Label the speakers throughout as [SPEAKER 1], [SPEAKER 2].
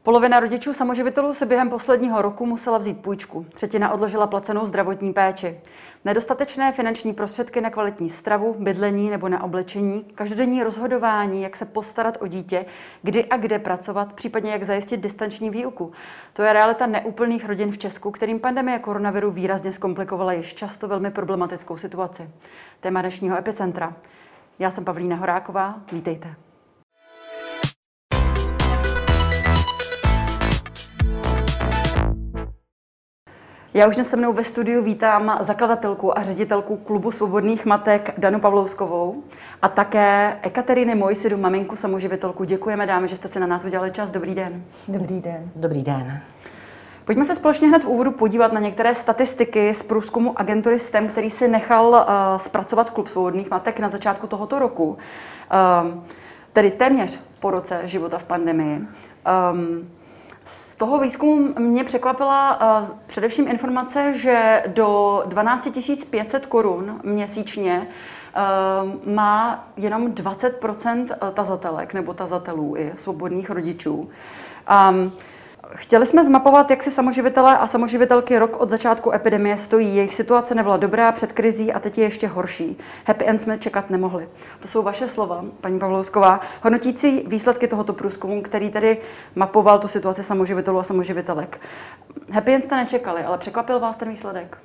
[SPEAKER 1] Polovina rodičů samoživitelů si během posledního roku musela vzít půjčku. Třetina odložila placenou zdravotní péči. Nedostatečné finanční prostředky na kvalitní stravu, bydlení nebo na oblečení, každodenní rozhodování, jak se postarat o dítě, kdy a kde pracovat, případně jak zajistit distanční výuku. To je realita neúplných rodin v Česku, kterým pandemie koronaviru výrazně zkomplikovala již často velmi problematickou situaci. Téma dnešního Epicentra. Já jsem Pavlína Horáková, vítejte. Já už dnes se mnou ve studiu vítám zakladatelku a ředitelku Klubu svobodných matek Danu Pavlouskovou a také Ekateřiny Mojsidu, maminku samoživitelku. Děkujeme, dámy, že jste si na nás udělali čas. Dobrý den.
[SPEAKER 2] Dobrý den.
[SPEAKER 3] Dobrý den.
[SPEAKER 1] Pojďme se společně hned v úvodu podívat na některé statistiky z průzkumu agentury STEM, který si nechal zpracovat Klub svobodných matek na začátku tohoto roku, tedy téměř po roce života v pandemii. Z toho výzkumu mě překvapila především informace, že do 12 500 korun měsíčně má jenom 20% tazatelek nebo tazatelů i svobodných rodičů. Chtěli jsme zmapovat, jak si samoživitelé a samoživitelky rok od začátku epidemie stojí. Jejich situace nebyla dobrá před krizí a teď je ještě horší. Happy end jsme čekat nemohli. To jsou vaše slova, paní Pavlousková, hodnotící výsledky tohoto průzkumu, který tedy mapoval tu situaci samoživitelů a samoživitelek. Happy end jste nečekali, ale překvapil vás ten výsledek?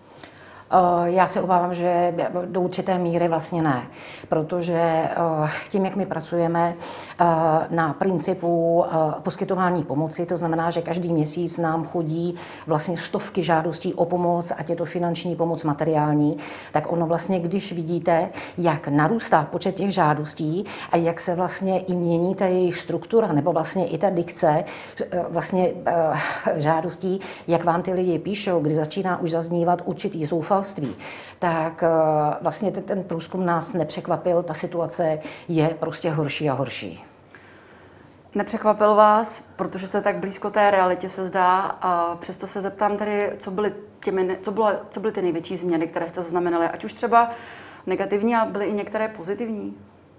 [SPEAKER 3] Já se obávám, že do určité míry vlastně ne, protože tím, jak my pracujeme na principu poskytování pomoci, to znamená, že každý měsíc nám chodí vlastně stovky žádostí o pomoc, ať je to finanční pomoc, materiální, tak ono vlastně, když vidíte, jak narůstá počet těch žádostí a jak se vlastně i mění ta jejich struktura, nebo vlastně i ta dikce vlastně žádostí, jak vám ty lidi píšou, kdy začíná už zaznívat určitý zoufalství, tak vlastně ten průzkum nás nepřekvapil, ta situace je prostě horší a horší.
[SPEAKER 1] Nepřekvapil vás, protože jste tak blízko té realitě, se zdá, a přesto se zeptám tedy, co byly ty největší změny, které jste zaznamenali, ať už třeba negativní, a byly i některé pozitivní?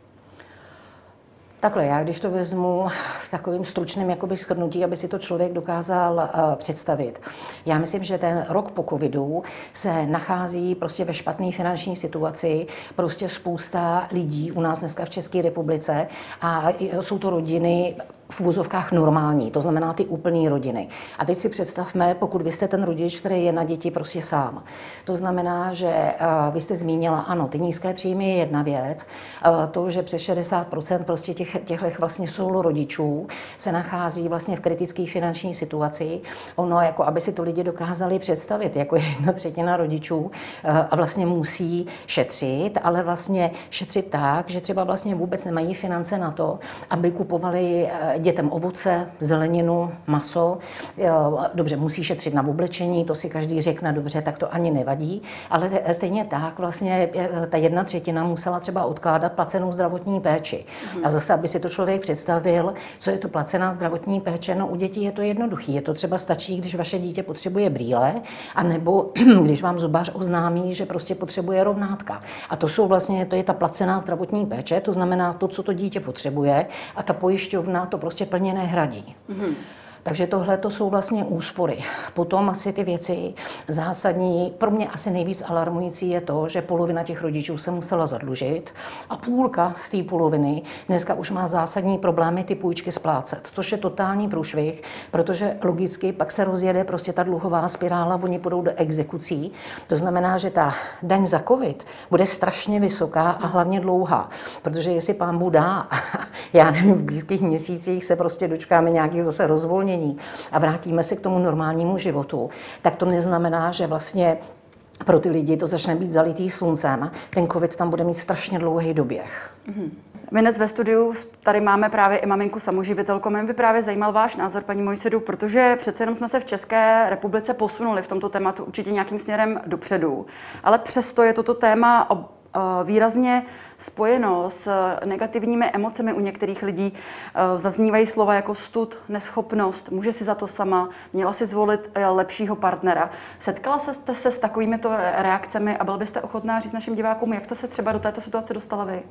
[SPEAKER 3] Takhle, já když to vezmu v takovým stručném jakoby shrnutí, aby si to člověk dokázal představit. Já myslím, že ten rok po covidu se nachází prostě ve špatné finanční situaci, prostě spousta lidí u nás dneska v České republice a jsou to rodiny v uvozovkách normální, to znamená ty úplné rodiny. A teď si představme, pokud vy jste ten rodič, který je na děti prostě sám. To znamená, že vy jste zmínila, ano, ty nízké příjmy je jedna věc, to, že přes 60% prostě těchto vlastně solo rodičů se nachází vlastně v kritické finanční situaci. Ono, jako aby si to lidi dokázali představit, jako 1/3 rodičů a vlastně musí šetřit, ale vlastně šetřit tak, že třeba vlastně vůbec nemají finance na to, aby kupovali dětem ovoce, zeleninu, maso. Dobře, musí šetřit na oblečení, to si každý řekne, dobře, tak to ani nevadí, ale stejně tak vlastně ta 1/3 musela třeba odkládat placenou zdravotní péči. A zase, aby si to člověk představil, co je to placená zdravotní péče, no u dětí je to jednoduchý. Je to třeba stačí, když vaše dítě potřebuje brýle, anebo když vám zubař oznámí, že prostě potřebuje rovnátka. A to jsou vlastně, to je ta placená zdravotní péče, to znamená to, co to dítě potřebuje, a ta pojišťovna to prostě plně nehradí. Takže tohle to jsou vlastně úspory. Potom asi ty věci zásadní, pro mě asi nejvíc alarmující je to, že polovina těch rodičů se musela zadlužit a půlka z té poloviny dneska už má zásadní problémy ty půjčky splácet, což je totální průšvih, protože logicky pak se rozjede prostě ta dluhová spirála, oni půjdou do exekucí. To znamená, že ta daň za covid bude strašně vysoká a hlavně dlouhá, protože jestli pán Bůh dá, já nevím, v blízkých měsících se prostě dočkáme nějakého zase rozvolnění a vrátíme se k tomu normálnímu životu, tak to neznamená, že vlastně pro ty lidi to začne být zalitý sluncem. Ten covid tam bude mít strašně dlouhý doběh.
[SPEAKER 1] My dnes ve studiu tady máme právě i maminku samoživitelku. Mě by právě zajímal váš názor, paní Mojsidu, protože přece jenom jsme se v České republice posunuli v tomto tématu určitě nějakým směrem dopředu, ale přesto je toto téma výrazně spojeno s negativními emocemi u některých lidí. Zaznívají slova jako stud, neschopnost, může si za to sama, měla si zvolit lepšího partnera. Setkala jste se s takovými reakcemi a byl byste ochotná říct našim divákům, jak jste se třeba do této situace dostala vy?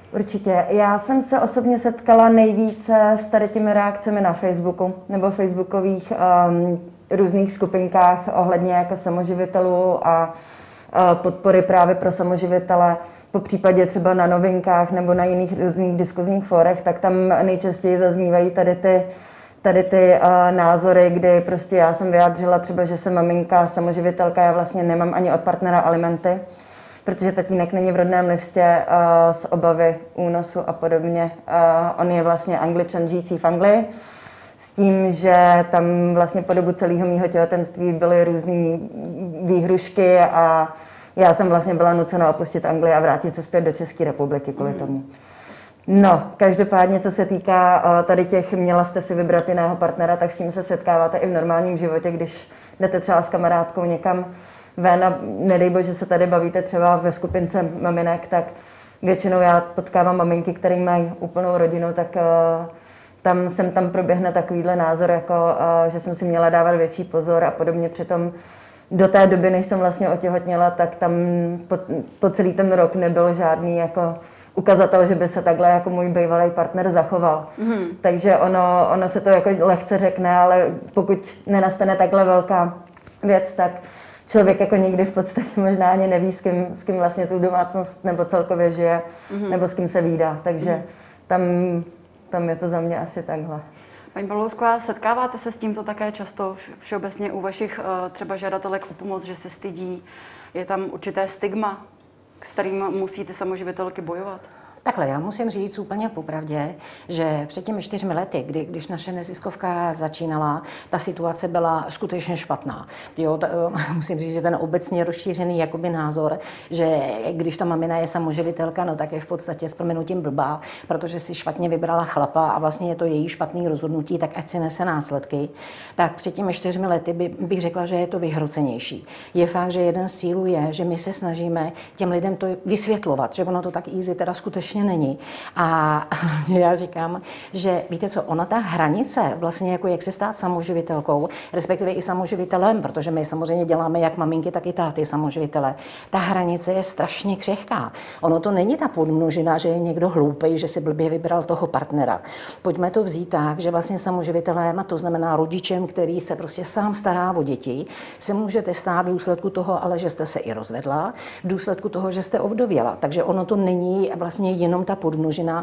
[SPEAKER 2] Určitě. Já jsem se osobně setkala nejvíce s tady těmi reakcemi na Facebooku nebo facebookových různých skupinkách ohledně jako samoživitelů a podpory právě pro samoživitele. Po případě třeba na Novinkách nebo na jiných různých diskuzních fórech, tak tam nejčastěji zaznívají tady ty názory, kdy prostě já jsem vyjádřila třeba, že jsem maminka, samoživitelka, já vlastně nemám ani od partnera alimenty, protože tatínek není v rodném listě z obavy únosu a podobně. On je vlastně Angličan žijící v Anglii, s tím, že tam vlastně po dobu celého mýho těhotenství byly různé výhrušky a já jsem vlastně byla nucena opustit Anglii a vrátit se zpět do České republiky kvůli tomu. No, každopádně, co se týká tady těch, měla jste si vybrat jiného partnera, tak s tím se setkáváte i v normálním životě, když jdete třeba s kamarádkou někam ven a nedej bože se tady bavíte třeba ve skupince maminek, tak většinou já potkávám maminky, které mají úplnou rodinu, tak tam proběhne takovýhle názor, jako, že jsem si měla dávat větší pozor a podobně. Přitom do té doby, než jsem vlastně otěhotněla, tak tam po celý ten rok nebyl žádný jako ukazatel, že by se takhle jako můj bývalý partner zachoval. Takže ono se to jako lehce řekne, ale pokud nenastane takhle velká věc, tak člověk jako nikdy v podstatě možná ani neví, s kým vlastně tu domácnost nebo celkově žije, nebo s kým se vídá. Takže tam je to za mě asi takhle.
[SPEAKER 1] Paní Pavlousková, setkáváte se s tímto také často všeobecně u vašich třeba žadatelek o pomoc, že se stydí? Je tam určité stigma, s kterým musí ty samoživitelky bojovat?
[SPEAKER 3] Takhle, já musím říct úplně popravdě, že před těmi 4 lety, když naše neziskovka začínala, ta situace byla skutečně špatná. Jo, musím říct, že ten obecně rozšířený jakoby názor, že když ta mamina je samoživitelka, no tak je v podstatě s prominutím blbá, protože si špatně vybrala chlapa a vlastně je to její špatný rozhodnutí, tak ať si nese následky. Tak před těmi 4 lety bych řekla, že je to vyhrocenější. Je fakt, že jeden z cílů je, že my se snažíme těm lidem to vysvětlovat, že ono to tak easy teda skutečně není. A já říkám, že víte co, ona ta hranice vlastně jako jak se stát samoživitelkou, respektive i samoživitelem, protože my samozřejmě děláme jak maminky, tak i táty samoživitele. Ta hranice je strašně křehká. Ono to není ta podmnožina, že je někdo hloupej, že si blbě vybral toho partnera. Pojďme to vzít tak, že vlastně samoživitelem, a to znamená rodičem, který se prostě sám stará o děti, se můžete stát v důsledku toho, ale že jste se i rozvedla, v důsledku toho, že jste ovdověla. Takže ono to není vlastně jenom ta podmnožina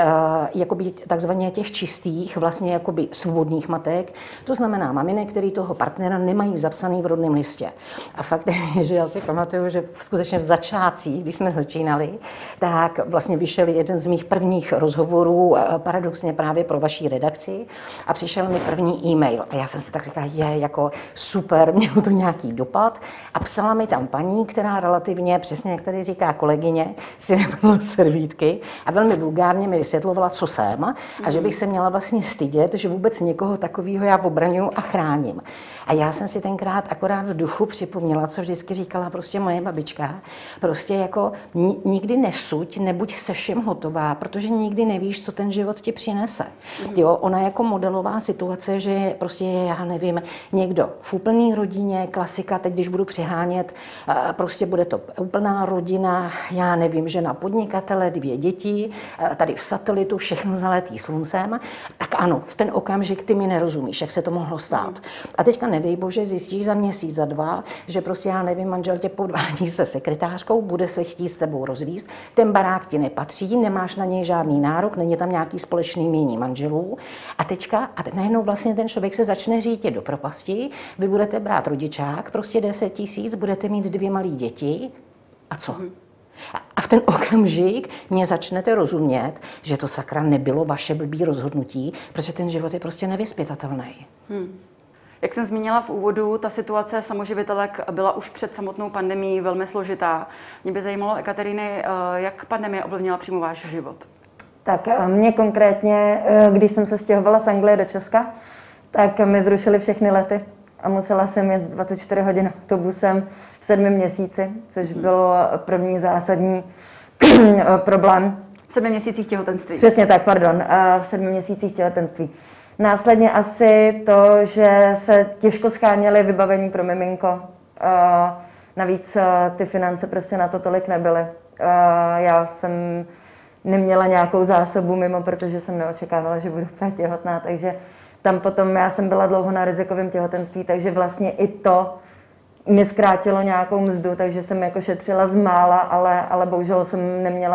[SPEAKER 3] jakoby takzvaně těch čistých, vlastně jakoby svobodných matek. To znamená maminek, který toho partnera nemají zapsaný v rodném listě. A fakt je, že já si pamatuju, že skutečně v začátcích, když jsme začínali, tak vlastně vyšel jeden z mých prvních rozhovorů, paradoxně právě pro vaší redakci, a přišel mi první e-mail. A já jsem si tak říkala, jako super, mělo to nějaký dopad. A psala mi tam paní, která relativně, přesně jak tady říká kolegyně, si nebyla servítky a velmi vulgárně mi vysvětlovala, co jsem a že bych se měla vlastně stydět, že vůbec někoho takového já obraňuju a chráním. A já jsem si tenkrát akorát v duchu připomněla, co vždycky říkala prostě moje babička, prostě jako nikdy nesuď, nebuď se všem hotová, protože nikdy nevíš, co ten život ti přinese. Jo, ona jako modelová situace, že prostě je, já nevím, někdo v úplný rodině, klasika, teď když budu přehánět, prostě bude to úplná rodina, já nevím, žena podnikatele, 2 děti, tady v satelitu, všechno zaletý sluncem, tak ano, v ten okamžik ty mi nerozumíš, jak se to mohlo stát. A teďka nedej bože, zjistíš za měsíc, za 2, že prostě já nevím, manžel tě podvádí se sekretářkou, bude se chtít s tebou rozvíst, ten barák ti nepatří, nemáš na něj žádný nárok, není tam nějaký společný jmění manželů. A teďka najednou vlastně ten člověk se začne řídit do propasti, vy budete brát rodičák, prostě 10 000, budete mít 2 malí děti a co? A v ten okamžik mě začnete rozumět, že to sakra nebylo vaše blbý rozhodnutí, protože ten život je prostě nevyzpytatelný.
[SPEAKER 1] Jak jsem zmínila v úvodu, ta situace samoživitelek byla už před samotnou pandemií velmi složitá. Mě by zajímalo, Ekateríny, jak pandemie ovlivnila přímo váš život?
[SPEAKER 2] Tak mě konkrétně, když jsem se stěhovala z Anglie do Česka, tak mi zrušili všechny lety a musela jsem jet 24 hodin autobusem v 7 měsíci, což bylo první zásadní problém.
[SPEAKER 1] V 7 měsících těhotenství.
[SPEAKER 2] Přesně tak, pardon, v 7 měsících těhotenství. Následně asi to, že se těžko scháněly vybavení pro miminko. Navíc ty finance prostě na to tolik nebyly. Já jsem neměla nějakou zásobu mimo, protože jsem neočekávala, že budu úplně těhotná, takže tam potom já jsem byla dlouho na rizikovém těhotenství, takže vlastně i to mi zkrátilo nějakou mzdu, takže jsem jako šetřila z mála, ale bohužel jsem neměla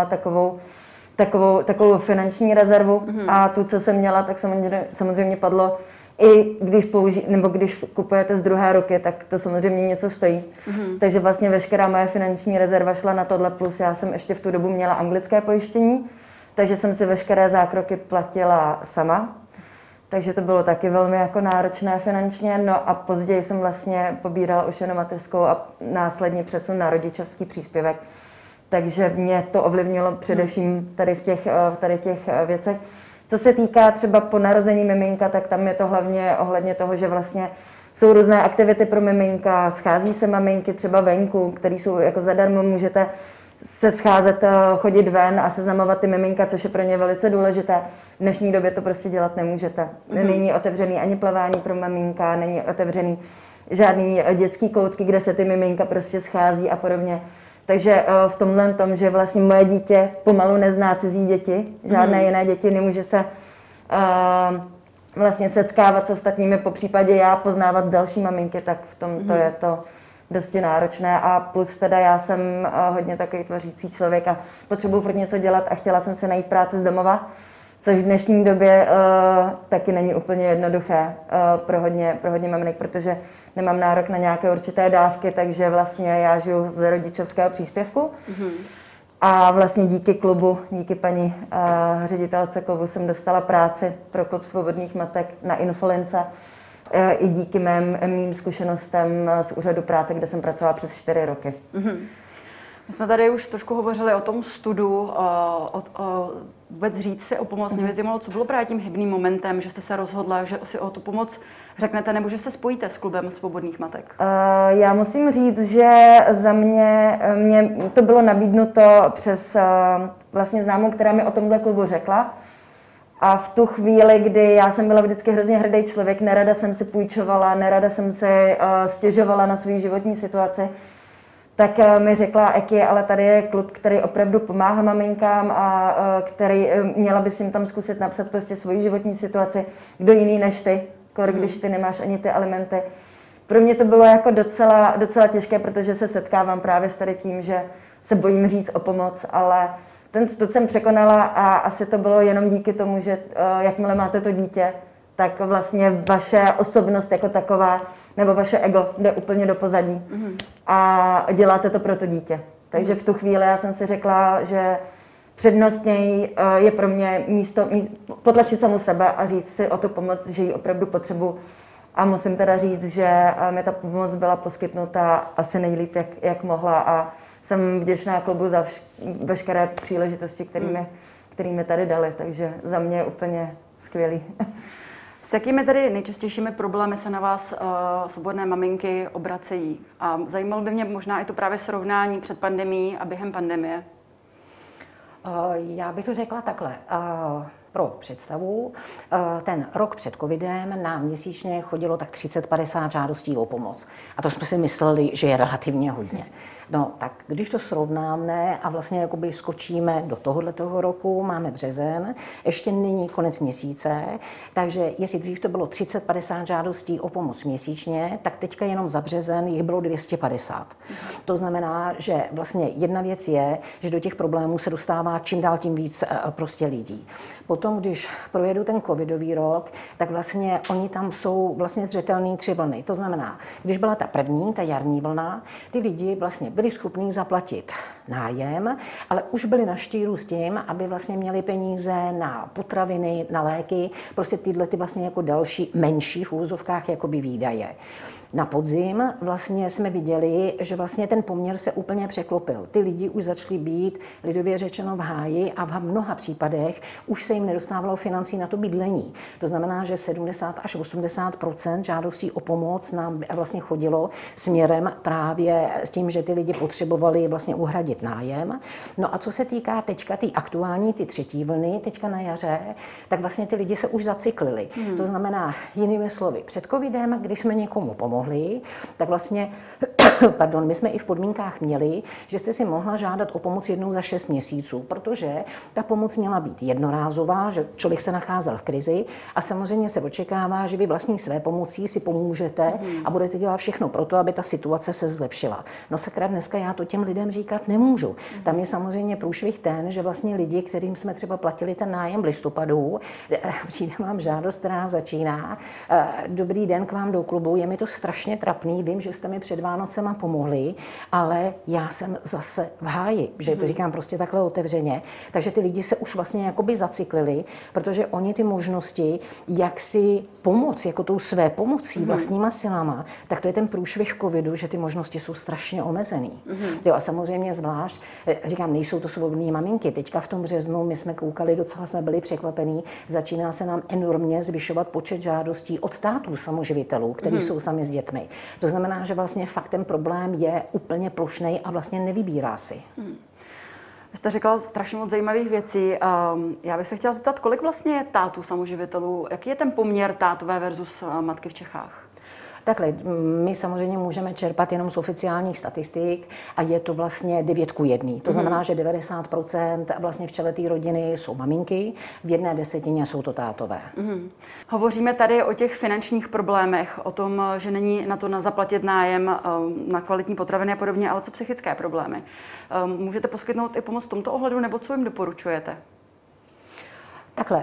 [SPEAKER 2] takovou finanční rezervu a tu, co jsem měla, tak samozřejmě padlo. I když kupujete z druhé ruky, tak to samozřejmě něco stojí. Takže vlastně veškerá moje finanční rezerva šla na tohle, plus já jsem ještě v tu dobu měla anglické pojištění, takže jsem si veškeré zákroky platila sama. Takže to bylo taky velmi jako náročné finančně. No a později jsem vlastně pobírala už jenom mateřskou a následně přesun na rodičovský příspěvek. Takže mě to ovlivnilo především tady v těch věcech. Co se týká třeba po narození miminka, tak tam je to hlavně ohledně toho, že vlastně jsou různé aktivity pro miminka, schází se maminky třeba venku, které jsou jako zadarmo, můžete se scházet, chodit ven a seznamovat ty miminka, což je pro ně velice důležité. V dnešní době to prostě dělat nemůžete. Není otevřený ani plavání pro maminka, není otevřený žádný dětský koutky, kde se ty miminka prostě schází a podobně. Takže v tomhle tom, že vlastně moje dítě pomalu nezná cizí děti, žádné jiné děti, nemůže se vlastně setkávat s ostatními, popřípadě já poznávat další maminky, tak v tom to je to dosti náročné. A plus teda já jsem hodně takový tvořící člověk a potřebuji furt něco dělat a chtěla jsem se najít práci z domova, což v dnešní době taky není úplně jednoduché pro hodně maminek, protože nemám nárok na nějaké určité dávky, takže vlastně já žiju z rodičovského příspěvku. A vlastně díky klubu, díky paní ředitelce klubu jsem dostala práci pro klub svobodných matek na Infolince. I díky mým zkušenostem z úřadu práce, kde jsem pracovala přes 4 roky.
[SPEAKER 1] My jsme tady už trošku hovořili o tom studu, vůbec říct si o pomoc. Mě zajímalo, co bylo právě tím hybným momentem, že jste se rozhodla, že si o tu pomoc řeknete, nebo že se spojíte s klubem svobodných matek?
[SPEAKER 2] Já musím říct, že za mě to bylo nabídnuto přes vlastně známou, která mi o tomhle klubu řekla. A v tu chvíli, kdy já jsem byla vždycky hrozně hrdý člověk, nerada jsem si půjčovala, nerada jsem se stěžovala na svou životní situaci, tak mi řekla Eki, ale tady je klub, který opravdu pomáhá maminkám a měla bys jim tam zkusit napsat prostě svoji životní situaci, kdo jiný než ty, když ty nemáš ani ty alimenty. Pro mě to bylo jako docela těžké, protože se setkávám právě s tady tím, že se bojím říct o pomoc, ale ten stud jsem překonala a asi to bylo jenom díky tomu, že jakmile máte to dítě, tak vlastně vaše osobnost jako taková nebo vaše ego jde úplně do pozadí a děláte to pro to dítě. Takže v tu chvíli já jsem si řekla, že přednostněji je pro mě místo potlačit samu sebe a říct si o tu pomoc, že ji opravdu potřebuji. A musím teda říct, že mi ta pomoc byla poskytnuta asi nejlíp, jak mohla a jsem vděčná klubu za veškeré příležitosti, kterými tady dali, takže za mě je úplně skvělý.
[SPEAKER 1] S jakými tedy nejčastějšími problémy se na vás svobodné maminky obracejí? A zajímalo by mě možná i to právě srovnání před pandemií a během pandemie.
[SPEAKER 3] Já bych to řekla takhle. Pro představu, ten rok před covidem nám měsíčně chodilo tak 30-50 žádostí o pomoc. A to jsme si mysleli, že je relativně hodně. No tak když to srovnáme a vlastně jakoby skočíme do tohoto roku, máme březen, ještě není konec měsíce, takže jestli dřív to bylo 30-50 žádostí o pomoc měsíčně, tak teďka jenom za březen jich bylo 250. To znamená, že vlastně jedna věc je, že do těch problémů se dostává čím dál tím víc prostě lidí. Potom, když projedu ten covidový rok, tak vlastně oni tam jsou vlastně zřetelný 3 vlny. To znamená, když byla ta první, ta jarní vlna, ty lidi vlastně byli schopní zaplatit nájem, ale už byli na štíru s tím, aby vlastně měli peníze na potraviny, na léky, prostě tyhle ty vlastně jako další menší v úvozovkách jakoby výdaje. Na podzim vlastně jsme viděli, že vlastně ten poměr se úplně překlopil. Ty lidi už začali být lidově řečeno v háji a v mnoha případech už se jim nedostávalo financí na to bydlení. To znamená, že 70 až 80% žádostí o pomoc nám vlastně chodilo směrem právě s tím, že ty lidi potřebovali vlastně uhradit nájem. No a co se týká teďka ty aktuální, ty 3. vlny, teďka na jaře, tak vlastně ty lidi se už zacyklili. To znamená, jinými slovy, před covidem, když jsme někomu pomohli, pomohli, tak vlastně, my jsme i v podmínkách měli, že jste si mohla žádat o pomoc jednou za 6 měsíců, protože ta pomoc měla být jednorázová, že člověk se nacházel v krizi a samozřejmě se očekává, že vy vlastní své pomocí si pomůžete a budete dělat všechno pro to, aby ta situace se zlepšila. No sakra, dneska já to těm lidem říkat nemůžu. Tam je samozřejmě průšvih ten, že vlastně lidi, kterým jsme třeba platili ten nájem v listopadu, přijde vám žádost, která začíná. Dobrý den k vám do klubu, je mi to strašně trapný, vím, že jste mi před Vánocema pomohli, ale já jsem zase v háji, že říkám prostě takhle otevřeně. Takže ty lidi se už vlastně jakoby zacyklili, protože oni ty možnosti, jak si pomoct, jako tou své pomocí, vlastníma silama, tak to je ten průšvih covidu, že ty možnosti jsou strašně omezený. Jo, a samozřejmě zvlášť, říkám, nejsou to svobodné maminky. Teďka v tom březnu my jsme koukali, docela jsme byli překvapení, začíná se nám enormně zvyšovat počet žádostí od tátů samoživitelů, kteří jsou sami s dětmi. To znamená, že vlastně fakt ten problém je úplně plošnej a vlastně nevybírá si.
[SPEAKER 1] Vy jste řekla strašně moc zajímavých věcí. Já bych se chtěla zeptat, kolik vlastně je tátů samoživitelů? Jaký je ten poměr tátové versus matky v Čechách?
[SPEAKER 3] Takhle, my samozřejmě můžeme čerpat jenom z oficiálních statistik a je to vlastně 9:1. To znamená, že 90% vlastně v čele té rodiny jsou maminky, v 1/10 jsou to tátové.
[SPEAKER 1] Hovoříme tady o těch finančních problémech, o tom, že není na to zaplatit nájem, na kvalitní potraviny a podobně, ale co psychické problémy? Můžete poskytnout i pomoc v tomto ohledu, nebo co jim doporučujete?
[SPEAKER 3] Takhle,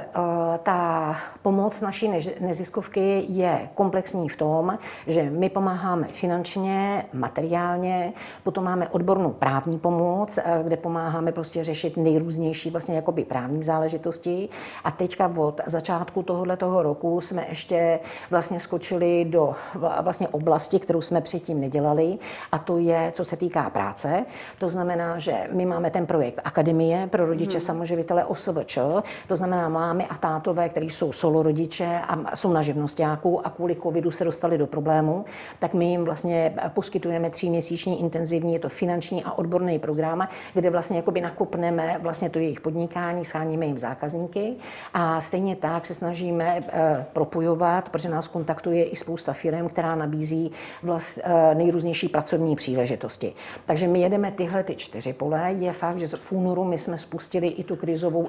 [SPEAKER 3] ta pomoc naší neziskovky je komplexní v tom, že my pomáháme finančně, materiálně, potom máme odbornou právní pomoc, kde pomáháme prostě řešit nejrůznější vlastně jakoby právní záležitosti. A teďka od začátku tohoto roku jsme ještě vlastně skočili do vlastně oblasti, kterou jsme předtím nedělali, a to je, co se týká práce. To znamená, že my máme ten projekt Akademie pro rodiče samoživitele OSVČ, to znamená mámy a tátové, kteří jsou solo rodiče a jsou na živnosťáku a kvůli covidu se dostali do problému, tak my jim vlastně poskytujeme 3měsíční intenzivní, je to finanční a odborný program, kde vlastně jakoby nakopneme vlastně to jejich podnikání, scháníme jim zákazníky a stejně tak se snažíme propojovat, protože nás kontaktuje i spousta firem, která nabízí nejrůznější pracovní příležitosti. Takže my jedeme tyhle ty 4 pole. Je fakt, že v únoru my jsme spustili i tu krizovou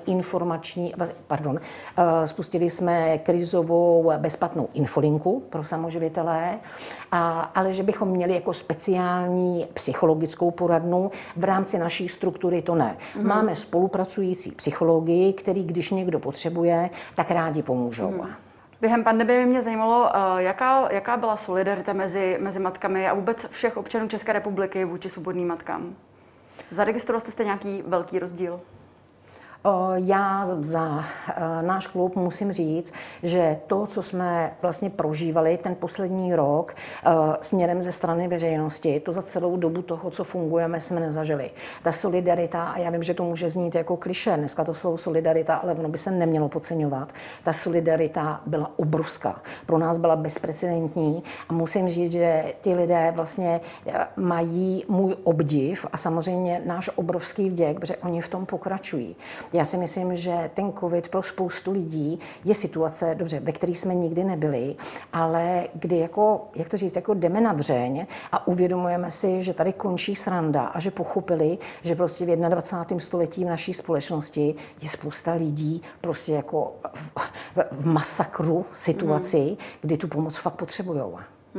[SPEAKER 3] spustili jsme krizovou bezplatnou infolinku pro samoživitelé, ale že bychom měli jako speciální psychologickou poradnu v rámci naší struktury, to ne. Máme spolupracující psychologii, který když někdo potřebuje, tak rádi pomůžou.
[SPEAKER 1] Během pandemie mě zajímalo, jaká byla solidarita mezi matkami a vůbec všech občanů České republiky vůči svobodným matkám. Zaregistroval jste nějaký velký rozdíl?
[SPEAKER 3] Já za náš klub musím říct, že to, co jsme vlastně prožívali ten poslední rok směrem ze strany veřejnosti, to za celou dobu toho, co fungujeme, jsme nezažili. Ta solidarita, a já vím, že to může znít jako klišé, dneska to slovo solidarita, ale ono by se nemělo podceňovat. Ta solidarita byla obrovská. Pro nás byla bezprecedentní a musím říct, že ty lidé vlastně mají můj obdiv a samozřejmě náš obrovský vděk, protože oni v tom pokračují. Já si myslím, že ten covid pro spoustu lidí je situace, dobře, ve které jsme nikdy nebyli, ale kdy jako, jak to říct, jako jdeme na dřeň a uvědomujeme si, že tady končí sranda a že pochopili, že prostě v 21. století v naší společnosti je spousta lidí prostě jako v masakru situaci, kdy tu pomoc fakt potřebujou.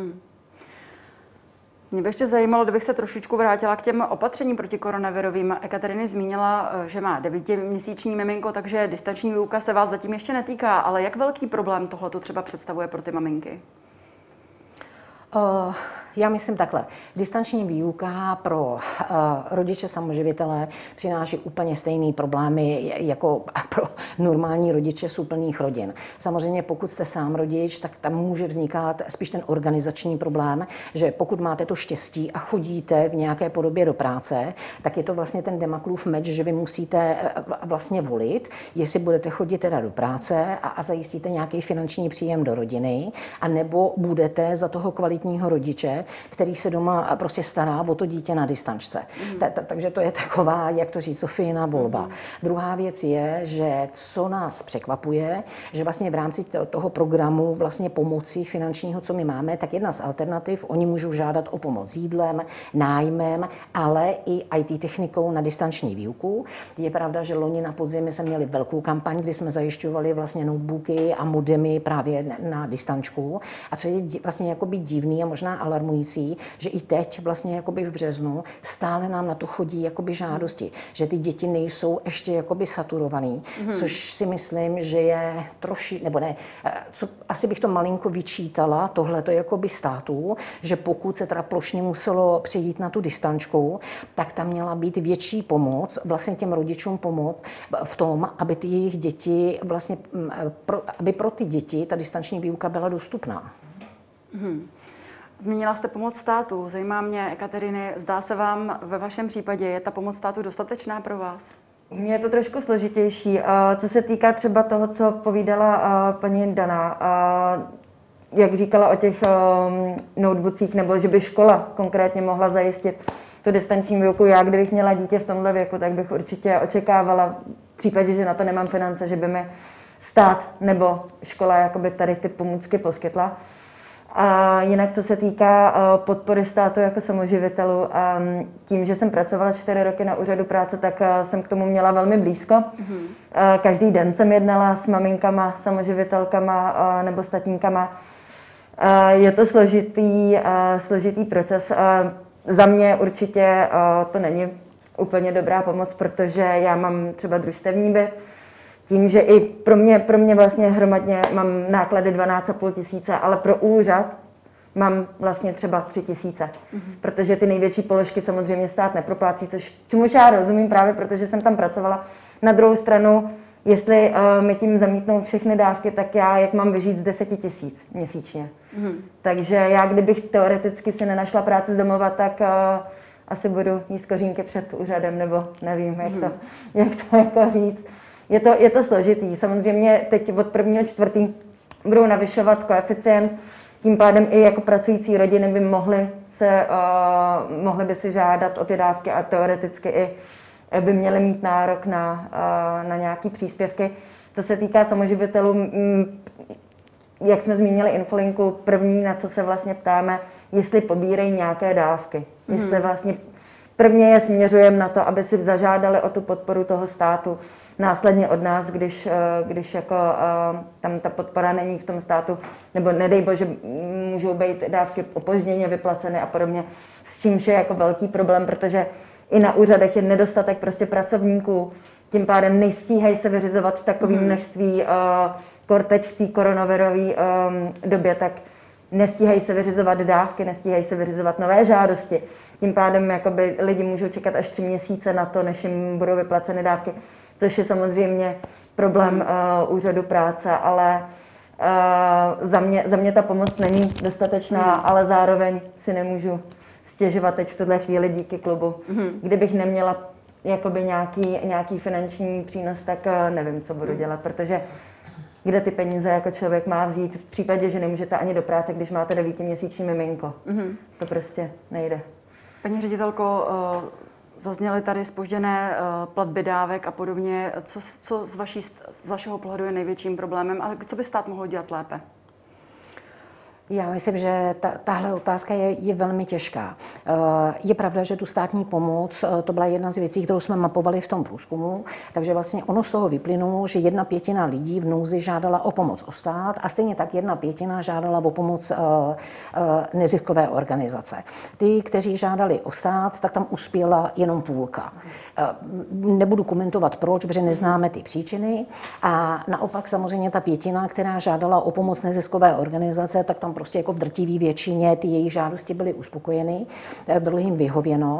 [SPEAKER 1] Mě by ještě zajímalo, kdybych se trošičku vrátila k těm opatřením proti koronavirovým. Ekateriny zmínila, že má 9měsíční miminko, takže distanční výuka se vás zatím ještě netýká, ale jak velký problém tohleto třeba představuje pro ty maminky?
[SPEAKER 3] Já myslím takhle. Distanční výuka pro rodiče samoživitele přináší úplně stejné problémy jako pro normální rodiče z úplných rodin. Samozřejmě pokud jste sám rodič, tak tam může vznikat spíš ten organizační problém, že pokud máte to štěstí a chodíte v nějaké podobě do práce, tak je to vlastně ten Damoklův meč, že vy musíte vlastně volit, jestli budete chodit teda do práce a zajistíte nějaký finanční příjem do rodiny, anebo budete za toho kvalitního rodiče který se doma prostě stará o to dítě na distančce. Takže to je taková, jak to říct, Sofíina volba. Druhá věc je, že co nás překvapuje, že vlastně v rámci toho programu vlastně pomoci finančního, co my máme, tak jedna z alternativ, oni můžou žádat o pomoc jídlem, nájmem, ale i IT technikou na distanční výuku. Je pravda, že loni na podzim jsme měli velkou kampaň, kdy jsme zajišťovali vlastně notebooky a modemy právě na distančku. A co je vlastně jakoby divný a možná alarmující, že i teď vlastně jakoby v březnu stále nám na to chodí jakoby žádosti, že ty děti nejsou ještě jakoby saturovaný, což si myslím, že je troši, nebo ne, co asi bych to malinko vyčítala, tohle to jakoby státu, že pokud se teda plošně muselo přejít na tu distančku, tak tam měla být větší pomoc, vlastně těm rodičům pomoc v tom, aby ty jejich děti vlastně, aby pro ty děti ta distanční výuka byla dostupná.
[SPEAKER 1] Zmínila jste pomoc státu. Zajímá mě, Ekateriny, zdá se vám ve vašem případě, je ta pomoc státu dostatečná pro vás?
[SPEAKER 2] Mně je to trošku složitější. Co se týká třeba toho, co povídala paní Dana, jak říkala o těch notebookcích, nebo že by škola konkrétně mohla zajistit tu distanční výuku. Já, kdybych měla dítě v tomhle věku, tak bych určitě očekávala, v případě, že na to nemám finance, že by mi stát nebo škola jakoby tady ty pomůcky poskytla. A jinak, co se týká podpory státu jako samoživitelů, tím, že jsem pracovala 4 roky na úřadu práce, tak jsem k tomu měla velmi blízko. Každý den jsem jednala s maminkama, samoživitelkama nebo s tatínkama. Je to složitý proces. Za mě určitě to není úplně dobrá pomoc, protože já mám třeba družstevní byt. Tím, že i pro mě vlastně hromadně mám náklady 12,5 tisíce, ale pro úřad mám vlastně třeba 3 tisíce. Protože ty největší položky samozřejmě stát neproplácí, čemuž já rozumím právě, protože jsem tam pracovala. Na druhou stranu, jestli mi tím zamítnou všechny dávky, tak já jak mám vyžít z 10 tisíc měsíčně. Takže já, kdybych teoreticky si nenašla práci z domova, tak asi budu jíst kořínky před úřadem, nebo nevím, jak to jako říct. Je to složitý. Samozřejmě teď od 1.4. budou navyšovat koeficient, tím pádem i jako pracující rodiny by mohly by si žádat o ty dávky a teoreticky i by měly mít nárok na nějaké příspěvky. Co se týká samoživitelů, jak jsme zmínili infolinku, první, na co se vlastně ptáme, jestli pobírají nějaké dávky. Jestli vlastně prvně je směřujeme na to, aby si zažádali o tu podporu toho státu, následně od nás, když jako tam ta podpora není v tom státu, nebo nedej bože, můžou být dávky opožděně vyplaceny a podobně, s čímž je jako velký problém, protože i na úřadech je nedostatek prostě pracovníků, tím pádem nestíhají se vyřizovat takové množství, teď v té koronavirové době, tak nestíhají se vyřizovat dávky, nestíhají se vyřizovat nové žádosti. Tím pádem jakoby lidi můžou čekat až 3 měsíce na to, než jim budou vyplaceny dávky, což je samozřejmě problém úřadu práce, ale za mě ta pomoc není dostatečná, ale zároveň si nemůžu stěžovat teď v tuhle chvíli díky klubu. Kdybych neměla jakoby nějaký finanční přínos, tak nevím, co budu dělat, protože kde ty peníze jako člověk má vzít v případě, že nemůžete ani do práce, když máte 9měsíční miminko. To prostě nejde.
[SPEAKER 1] Paní ředitelko, zazněly tady zpožděné platby dávek a podobně. Co z vašeho pohledu je největším problémem a co by stát mohl dělat lépe?
[SPEAKER 3] Já myslím, že tahle otázka je velmi těžká. Je pravda, že tu státní pomoc, to byla jedna z věcí, kterou jsme mapovali v tom průzkumu, takže vlastně ono z toho vyplynulo, že 1/5 lidí v nouzi žádala o pomoc o stát a stejně tak 1/5 žádala o pomoc neziskové organizace. Ty, kteří žádali o stát, tak tam uspěla jenom půlka. Nebudu komentovat proč, protože neznáme ty příčiny a naopak samozřejmě ta 1/5, která žádala o pomoc neziskové organizace, tak tam prostě jako v drtivé většině ty jejich žádosti byly uspokojeny, bylo jim vyhověno.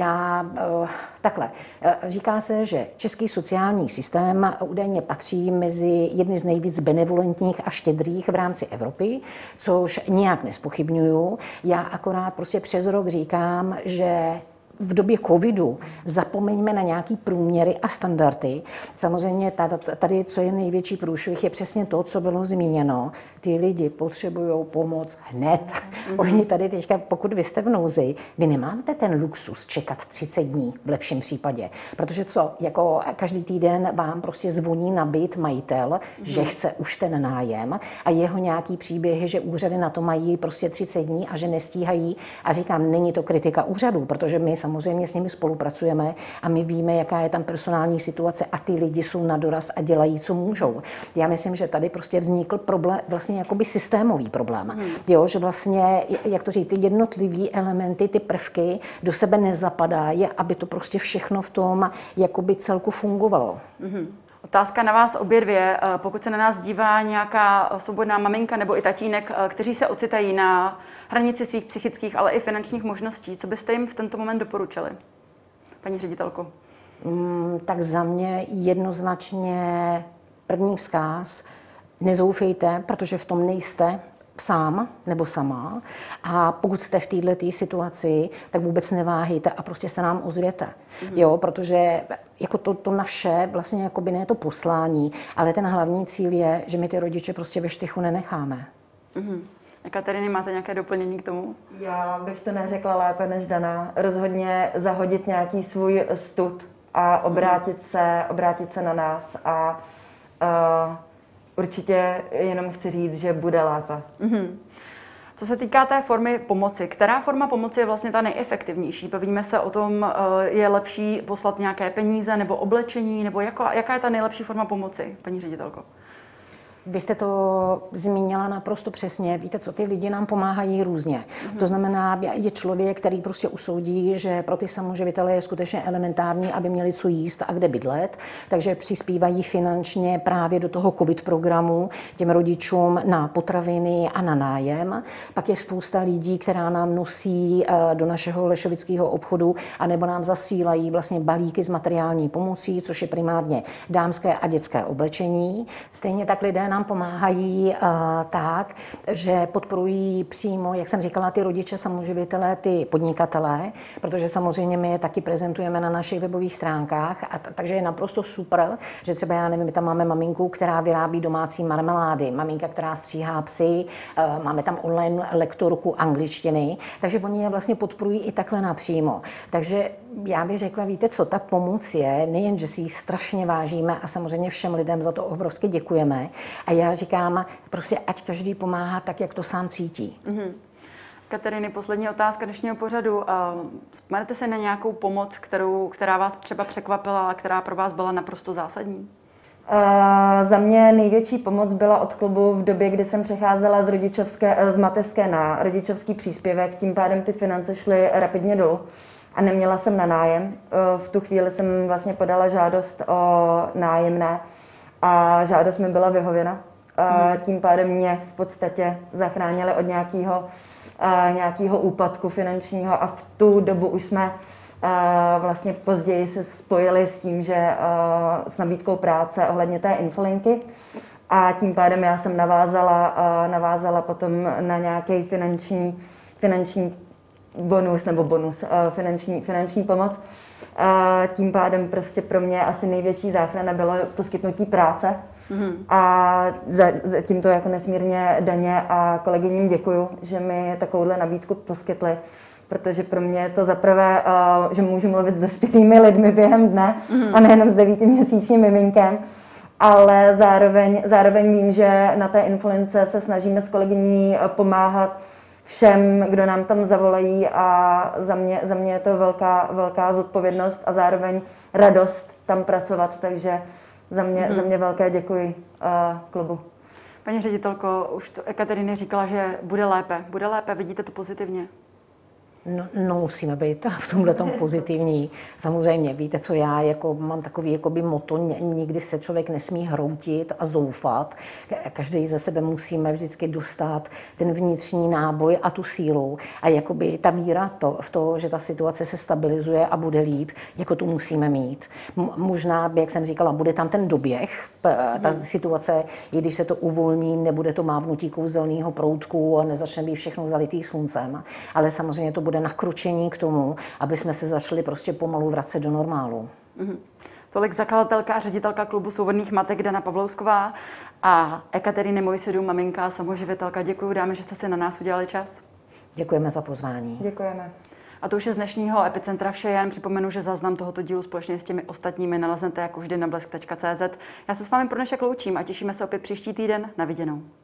[SPEAKER 3] Říká se, že český sociální systém údajně patří mezi jedny z nejvíc benevolentních a štědrých v rámci Evropy, což nijak nezpochybňuju. Já akorát prostě přes rok říkám, že v době covidu zapomeňme na nějaký průměry a standardy. Samozřejmě tady, co je největší průšvih, je přesně to, co bylo zmíněno. Ty lidi potřebují pomoc hned. Oni tady teďka, pokud vy jste v nouzi, vy nemáte ten luxus čekat 30 dní v lepším případě. Protože co, jako každý týden vám prostě zvoní na byt majitel, že chce už ten nájem a jeho nějaký příběhy, že úřady na to mají prostě 30 dní a že nestíhají. A říkám, není to kritika úřadů, protože my samozřejmě s nimi spolupracujeme a my víme, jaká je tam personální situace a ty lidi jsou na doraz a dělají, co můžou. Já myslím, že tady prostě vznikl problém, vlastně jakoby systémový problém. Jo, že vlastně, jak to říct, ty jednotlivý elementy, ty prvky do sebe nezapadají, aby to prostě všechno v tom jakoby celku fungovalo.
[SPEAKER 1] Otázka na vás obě dvě. Pokud se na nás dívá nějaká svobodná maminka nebo i tatínek, kteří se ocitají na hranici svých psychických, ale i finančních možností, co byste jim v tento moment doporučili? Paní ředitelko.
[SPEAKER 3] Tak za mě jednoznačně první vzkaz, nezoufejte, protože v tom nejste sám nebo sama. A pokud jste v této situaci, tak vůbec neváhejte a prostě se nám ozvěte. Jo, protože jako to naše, vlastně jakoby ne to poslání, ale ten hlavní cíl je, že my ty rodiče prostě ve štychu nenecháme.
[SPEAKER 1] Kateřiny, máte nějaké doplnění k tomu?
[SPEAKER 2] Já bych to neřekla lépe než Dana. Rozhodně zahodit nějaký svůj stud a obrátit se na nás a určitě jenom chci říct, že bude lépe.
[SPEAKER 1] Co se týká té formy pomoci, která forma pomoci je vlastně ta nejefektivnější? Bavíme se o tom, je lepší poslat nějaké peníze nebo oblečení, nebo jaká je ta nejlepší forma pomoci, paní ředitelko?
[SPEAKER 3] Vy jste to zmínila naprosto přesně. Víte co, ty lidi nám pomáhají různě. To znamená, je člověk, který prostě usoudí, že pro ty samoživitele je skutečně elementární, aby měli co jíst a kde bydlet, takže přispívají finančně právě do toho COVID programu těm rodičům na potraviny a na nájem. Pak je spousta lidí, která nám nosí do našeho lešovického obchodu anebo nám zasílají vlastně balíky s materiální pomocí, což je primárně dámské a dětské oblečení. Stejně tak lidé nám pomáhají tak, že podporují přímo, jak jsem říkala, ty rodiče, samoživitelé, ty podnikatelé, protože samozřejmě my je taky prezentujeme na našich webových stránkách, takže je naprosto super, že třeba, já nevím, my tam máme maminku, která vyrábí domácí marmelády, maminka, která stříhá psy, máme tam online lektorku angličtiny, takže oni je vlastně podporují i takhle napřímo. Takže já bych řekla, víte co, ta pomoc je, nejen, že si ji strašně vážíme a samozřejmě všem lidem za to obrovsky děkujeme. A já říkám, prostě ať každý pomáhá tak, jak to sám cítí.
[SPEAKER 1] Kateřiny, poslední otázka dnešního pořadu. Vzpomenete si na nějakou pomoc, která vás třeba překvapila a která pro vás byla naprosto zásadní?
[SPEAKER 2] Za mě největší pomoc byla od klubu v době, kdy jsem přecházela z mateřské na rodičovský příspěvek, tím pádem ty finance šly rapidně dolů a neměla jsem na nájem. V tu chvíli jsem vlastně podala žádost o nájemné a žádost mi byla vyhověna. Tím pádem mě v podstatě zachránili od nějakého úpadku finančního a v tu dobu už jsme vlastně později se spojili s tím, že s nabídkou práce ohledně té infolinky a tím pádem já jsem navázala potom na nějaký finanční finanční pomoc. Tím pádem prostě pro mě asi největší záchrana bylo poskytnutí práce. A za tímto jako nesmírně Daně a kolegyním děkuju, že mi takovouhle nabídku poskytli, protože pro mě je to zaprvé, že můžu mluvit s dospělými lidmi během dne a nejenom s 9měsíčním miminkem, ale zároveň vím, že na té infolince se snažíme s kolegyní pomáhat všem, kdo nám tam zavolají a za mě je to velká zodpovědnost a zároveň radost tam pracovat, takže za mě velké děkuji klubu.
[SPEAKER 1] Paní ředitelko, už to Kateřina říkala, že bude lépe, vidíte to pozitivně?
[SPEAKER 3] No musíme být v tomhletom pozitivní. Samozřejmě, víte co, já jako mám takový jakoby moto, nikdy se člověk nesmí hroutit a zoufat. Každý ze sebe musíme vždycky dostat ten vnitřní náboj a tu sílu. A jakoby ta víra v to, že ta situace se stabilizuje a bude líp, jako tu musíme mít. Možná, jak jsem říkala, bude tam ten doběh, ta situace, i když se to uvolní, nebude to mávnutí kouzelného proutku a nezačne být všechno zalitý sluncem, ale samozřejmě to bude nakručení k tomu, aby jsme se začali prostě pomalu vracet do normálu.
[SPEAKER 1] Tolik zakladatelka a ředitelka klubu svobodných matek Dana Pavlousková a Ekateriny Mojsidů, maminka a samoživitelka. Děkuji, dámy, že jste si na nás udělali čas.
[SPEAKER 3] Děkujeme za pozvání.
[SPEAKER 2] Děkujeme.
[SPEAKER 1] A to už je z dnešního Epicentra vše. Jen připomenu, že záznam tohoto dílu společně s těmi ostatními naleznete jako vždy na blesk.cz. Já se s vámi pro dnešek loučím a těšíme se opět příští týden. Na viděnou.